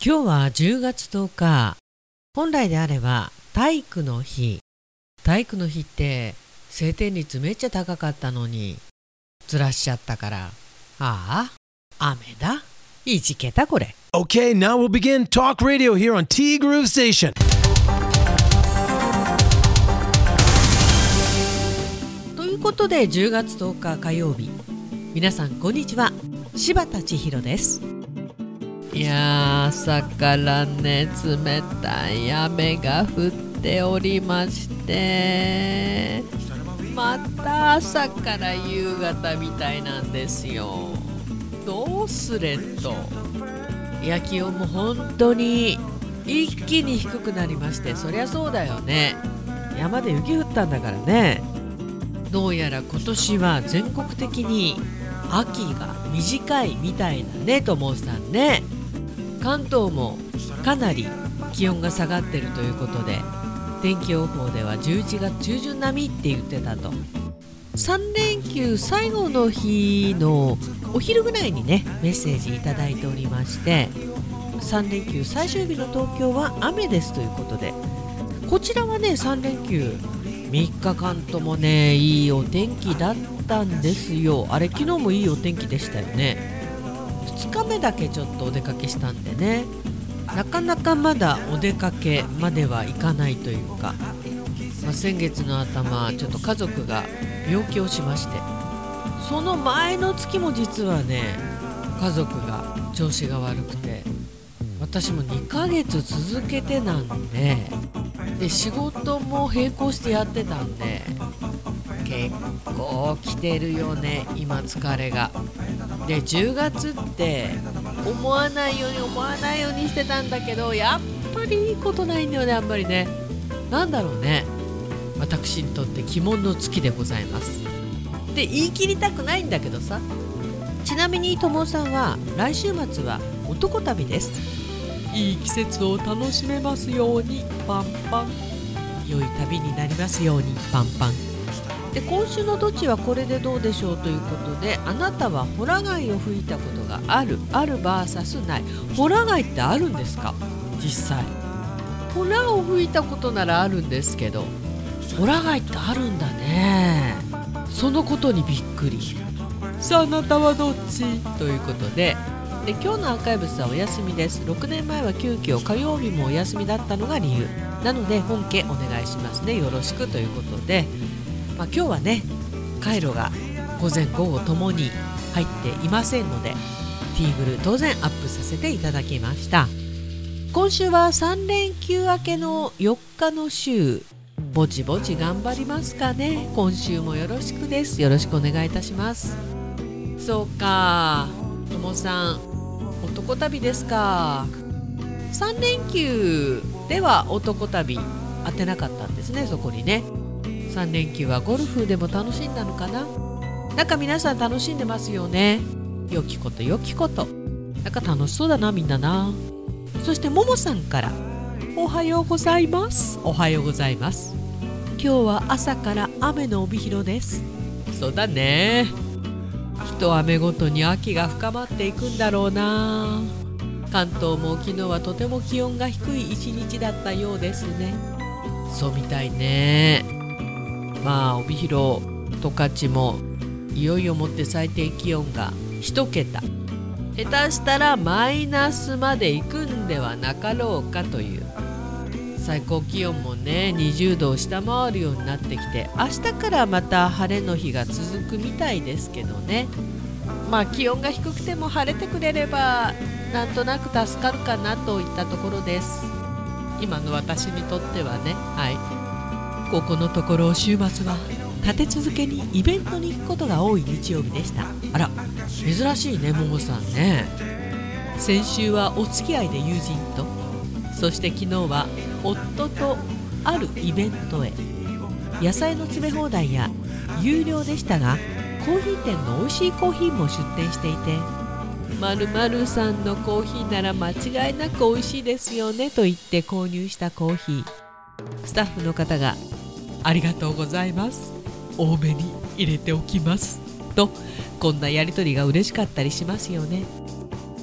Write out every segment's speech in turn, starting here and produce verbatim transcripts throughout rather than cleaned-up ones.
今日はじゅうがつとおか、本来であれば体育の日。体育の日って晴天率めっちゃ高かったのにずらしちゃったから、ああ、雨だ。いじけたこれ。 Okay, now we'll begin Talk Radio here on T Groove Station. ということでじゅうがつとおか火曜日、皆さんこんにちは。柴田千尋です。いやー、朝からね、冷たい雨が降っておりまして、また朝から夕方みたいなんですよ。どうすれと。いや、気温も本当に一気に低くなりまして、そりゃそうだよね。山で雪降ったんだからね。どうやら今年は全国的に秋が短いみたいだね、ともさんね。関東もかなり気温が下がってるということで、天気予報ではじゅういちがつちゅうじゅん並みって言ってたと。さんれんきゅう最後の日のお昼ぐらいにね、メッセージいただいておりまして、さんれんきゅう最終日の東京は雨ですということで、こちらはね、さんれんきゅうみっかかんともね、いいお天気だったんですよ。あれ、昨日もいいお天気でしたよね。ふつかめだけちょっとお出かけしたんでね、なかなかまだお出かけまではいかないというか、まあ、先月の頭ちょっと家族が病気をしまして、その前の月も実はね、家族が調子が悪くて、私もにかげつ続けてなんで、で仕事も並行してやってたんで、結構来てるよね、今疲れが。でじゅうがつって思わないように思わないようにしてたんだけど、やっぱりいいことないんだよね、あんまりね。なんだろうね、私にとって鬼門の月でございますで言い切りたくないんだけどさ。ちなみにともさんは来週末は男旅です。いい季節を楽しめますように、パンパン。良い旅になりますように、パンパン。で今週のどっちはこれでどうでしょうということで、あなたはホラ貝を吹いたことがある、ある ブイエス ない。ホラ貝ってあるんですか？実際ホラを吹いたことならあるんですけど、ホラ貝ってあるんだね。そのことにびっくり。さあ、あなたはどっちということで、で今日のアーカイブスはお休みです。ろくねんまえは急遽火曜日もお休みだったのが理由なので、本家お願いしますね、よろしくということで、まあ、今日はね、回路が午前午後ともに入っていませんので、ティーグル当然アップさせていただきました。今週はさんれんきゅう明けのよっかの週、ぼちぼち頑張りますかね。今週もよろしくです。よろしくお願いいたします。そうか、ともさん男旅ですか。さんれんきゅうでは男旅当てなかったんですね、そこにね。さんれんきゅうはゴルフでも楽しんだのかな。なんか皆さん楽しんでますよね。よきことよきこと、なんか楽しそうだな、みんなな。そしてももさんからおはようございます。おはようございます。今日は朝から雨の帯広です。そうだね、一雨ごとに秋が深まっていくんだろうな。関東も昨日はとても気温が低い一日だったようですね。そうみたいね。まあ帯広十勝もいよいよもって最低気温が一桁、下手したらマイナスまで行くんではなかろうかという。最高気温もね、にじゅうどを下回るようになってきて、明日からまた晴れの日が続くみたいですけどね。まあ気温が低くても晴れてくれればなんとなく助かるかなといったところです、今の私にとってはね。はい、ここのところ週末は立て続けにイベントに行くことが多い日曜日でした。あら、珍しいね、ももさんね。先週はお付き合いで友人と、そして昨日は夫とあるイベントへ。野菜の詰め放題や有料でしたが、コーヒー店の美味しいコーヒーも出店していて、〇〇さんのコーヒーなら間違いなく美味しいですよねと言って購入したコーヒー、スタッフの方がありがとうございます、多めに入れておきますと、こんなやり取りが嬉しかったりしますよね。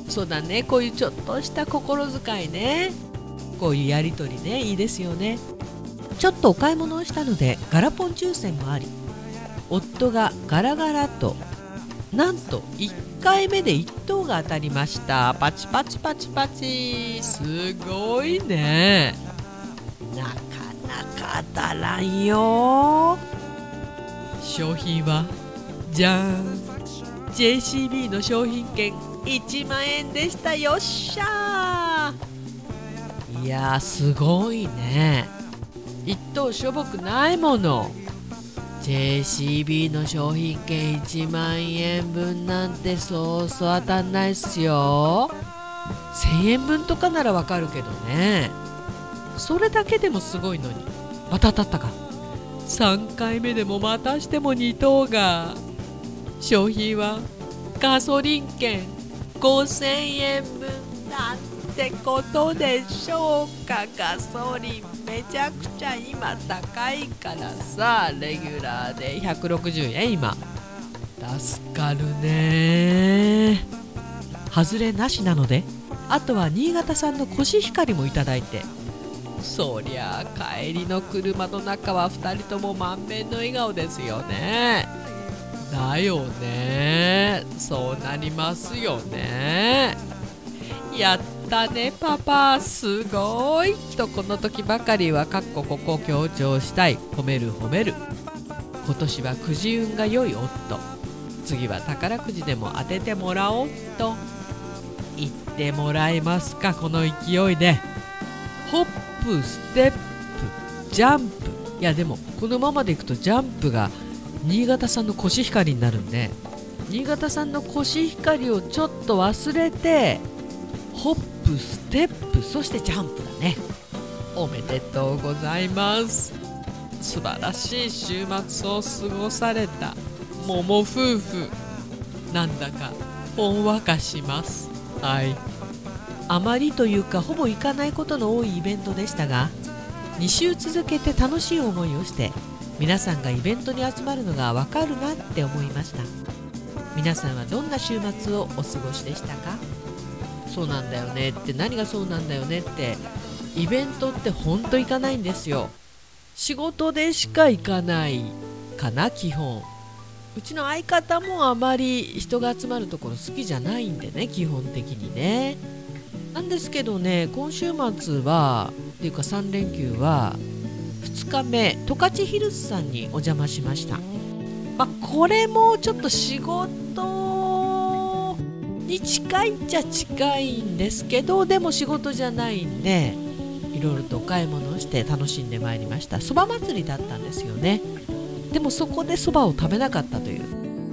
そうだね、こういうちょっとした心遣いね、こういうやりとりね、いいですよね。ちょっとお買い物をしたのでガラポン抽選もあり、夫がガラガラとなんといっかいめでいっ等が当たりました。パチパチパチパチ、すごいね。なかなか当たらんよ。商品はじゃーん、 ジェーシービー の商品券いちまんえんでした。よっしゃー。いやーすごいね。一等しょぼくないもの。 ジェーシービー の商品券いちまんえんぶんなんてそうそう当たんないっすよ。せんえんぶんとかならわかるけどね。それだけでもすごいのに、また当たったか。さんかいめでもまたしてもに等が。商品はガソリン券ごせんえんぶんなんてことでしょうか。ガソリンめちゃくちゃ今高いからさ、レギュラーでひゃくろくじゅうえん今。助かるね。外れなしなので、あとは新潟産のコシヒカリもいただいて、そりゃあ帰りの車の中はふたりとも満面の笑顔ですよね。だよね、そうなりますよね。やったねパパ、すごいとこの時ばかりはかっこここ強調したい。褒める褒める。今年はくじ運が良い夫、次は宝くじでも当ててもらおうと言ってもらえますか。この勢いでホップステップジャンプ。いやでもこのままでいくとジャンプが新潟産のコシヒカリになるんで、新潟産のコシヒカリをちょっと忘れてホップステップ、そしてジャンプだね。おめでとうございます。素晴らしい週末を過ごされた桃夫婦、なんだかほんわかします。はい、あまりというかほぼ行かないことの多いイベントでしたが、に週続けて楽しい思いをして皆さんがイベントに集まるのがわかるなって思いました。皆さんはどんな週末をお過ごしでしたか。そうなんだよねって、何がそうなんだよねって、イベントってほんと行かないんですよ。仕事でしか行かないかな基本。うちの相方もあまり人が集まるところ好きじゃないんでね、基本的にね。なんですけどね、今週末はっていうかさん連休はふつかめ、十勝ヒルズさんにお邪魔しました。まあ、これもちょっと仕事に近いっちゃ近いんですけど、でも仕事じゃないんでいろいろとお買い物をして楽しんでまいりました。そば祭りだったんですよね。でもそこでそばを食べなかったという。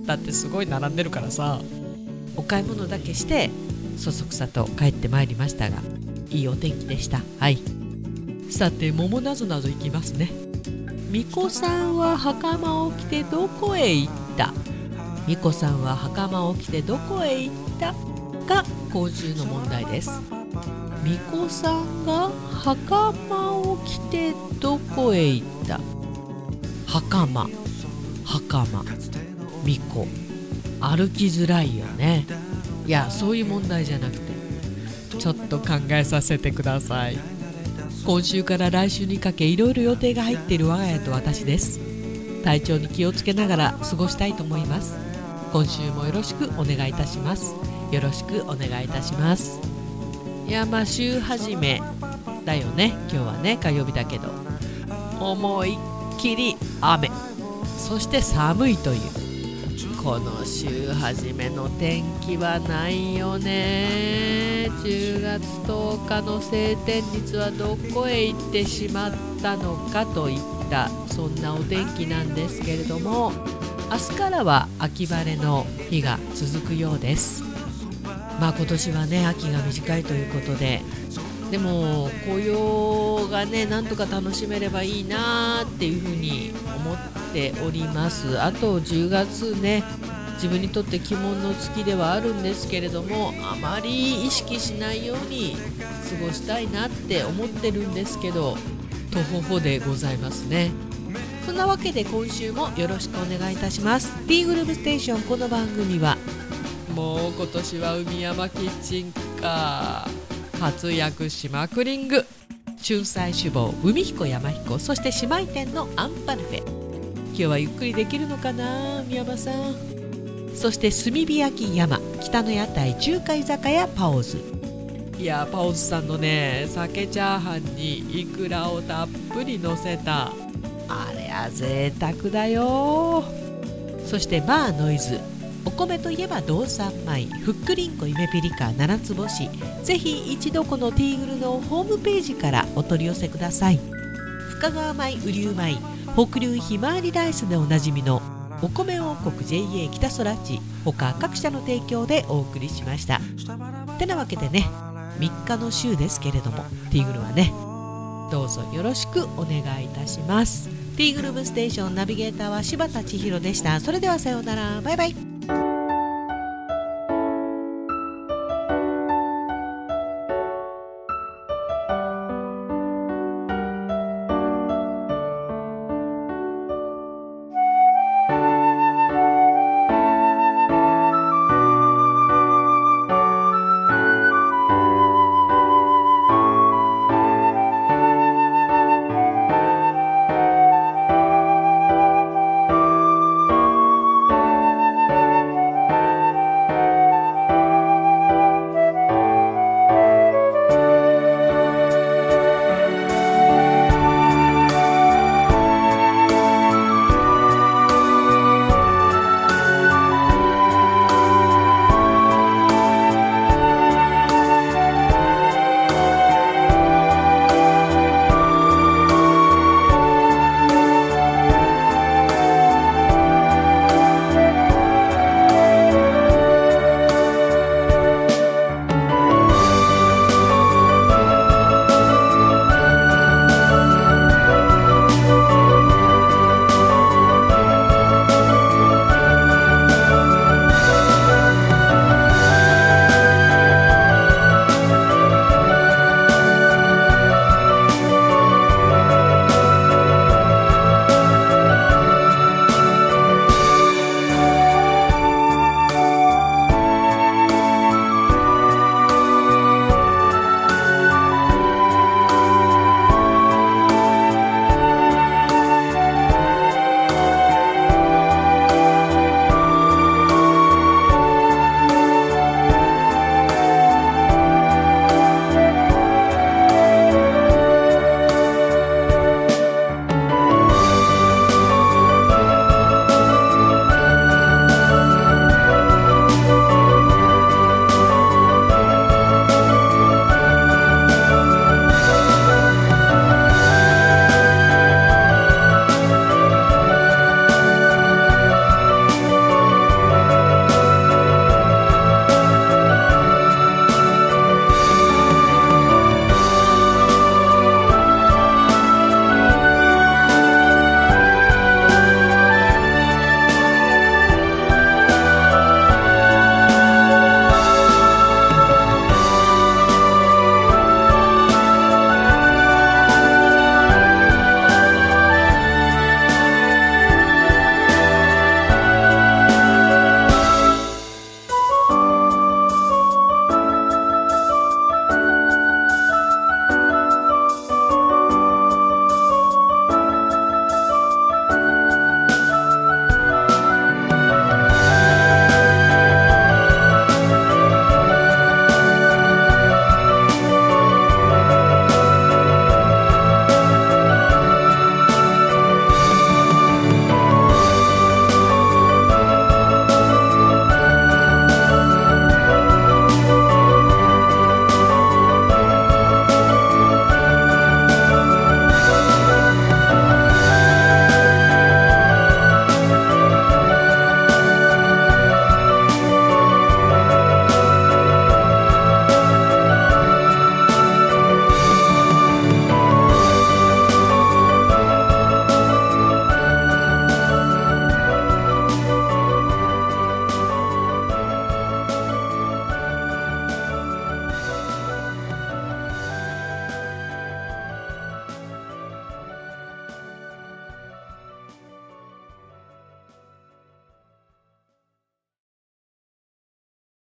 だってすごい並んでるからさ。お買い物だけしてそそくさと帰ってまいりましたが、いいお天気でした。はい、さて桃なぞなぞいきますね。みこさんは袴を着てどこへ行った。みこさんは袴を着てどこへ行ったが今週の問題です。みこさんが袴を着てどこへ行った。袴、袴、みこ、歩きづらいよね。いや、そういう問題じゃなくて、ちょっと考えさせてください。今週から来週にかけいろいろ予定が入っている我が家と私です。体調に気をつけながら過ごしたいと思います。今週もよろしくお願いいたします。よろしくお願いいたします。いや、まあ週始めだよね。今日はね、火曜日だけど思いっきり雨、そして寒いというこの週初めの天気はないよね。じゅうがつとおかの晴天率はどこへ行ってしまったのかといったそんなお天気なんですけれども、明日からは秋晴れの日が続くようです。まあ今年はね、秋が短いということで、でも紅葉がねなんとか楽しめればいいなっていうふうに思っております。あとじゅうがつね、自分にとって鬼門の月ではあるんですけれども、あまり意識しないように過ごしたいなって思ってるんですけど、とほほでございますね。そんなわけで今週もよろしくお願いいたします。 T グループステーション、この番組はもう今年は海山キッチンか活躍しまくりんぐ。春菜志望海彦山彦、そして姉妹店のアンパルフェ。今日はゆっくりできるのかな海山さん。そして炭火焼き山、北の屋台中華居酒屋パオズ。いやパオズさんのね鮭チャーハンにイクラをたっぷりのせたあれは贅沢だよ。そしてバーノイズ、お米といえば道産米、ふっくりんこ夢ピリカ七つ星。ぜひ一度このティーグルのホームページからお取り寄せください。深川米、雨竜米、北流ひまわりライスでおなじみのお米王国 ジェイエー 北空地他各社の提供でお送りしました。てなわけでね、みっかの週ですけれどもティーグルはねどうぞよろしくお願いいたします。ティーグルーブステーションナビゲーターは柴田千尋でした。それではさようなら、バイバイ。